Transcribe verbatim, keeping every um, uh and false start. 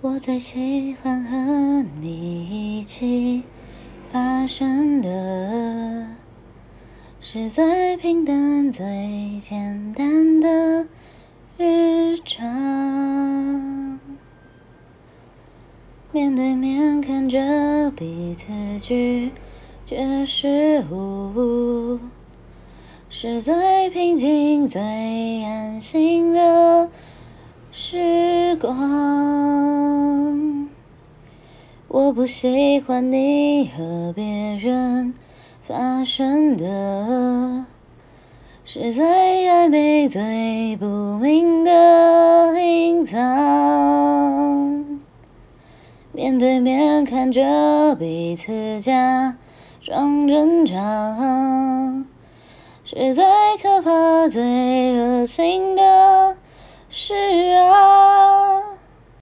我最喜欢和你一起发生的是最平淡最简单的日常，面对面看着彼此咀嚼食物，是最平静最安心的时光。我不喜欢你和别人发生的是最暧昧最不明的隐藏，面对面看着彼此假装正常，是最可怕最恶心的事啊。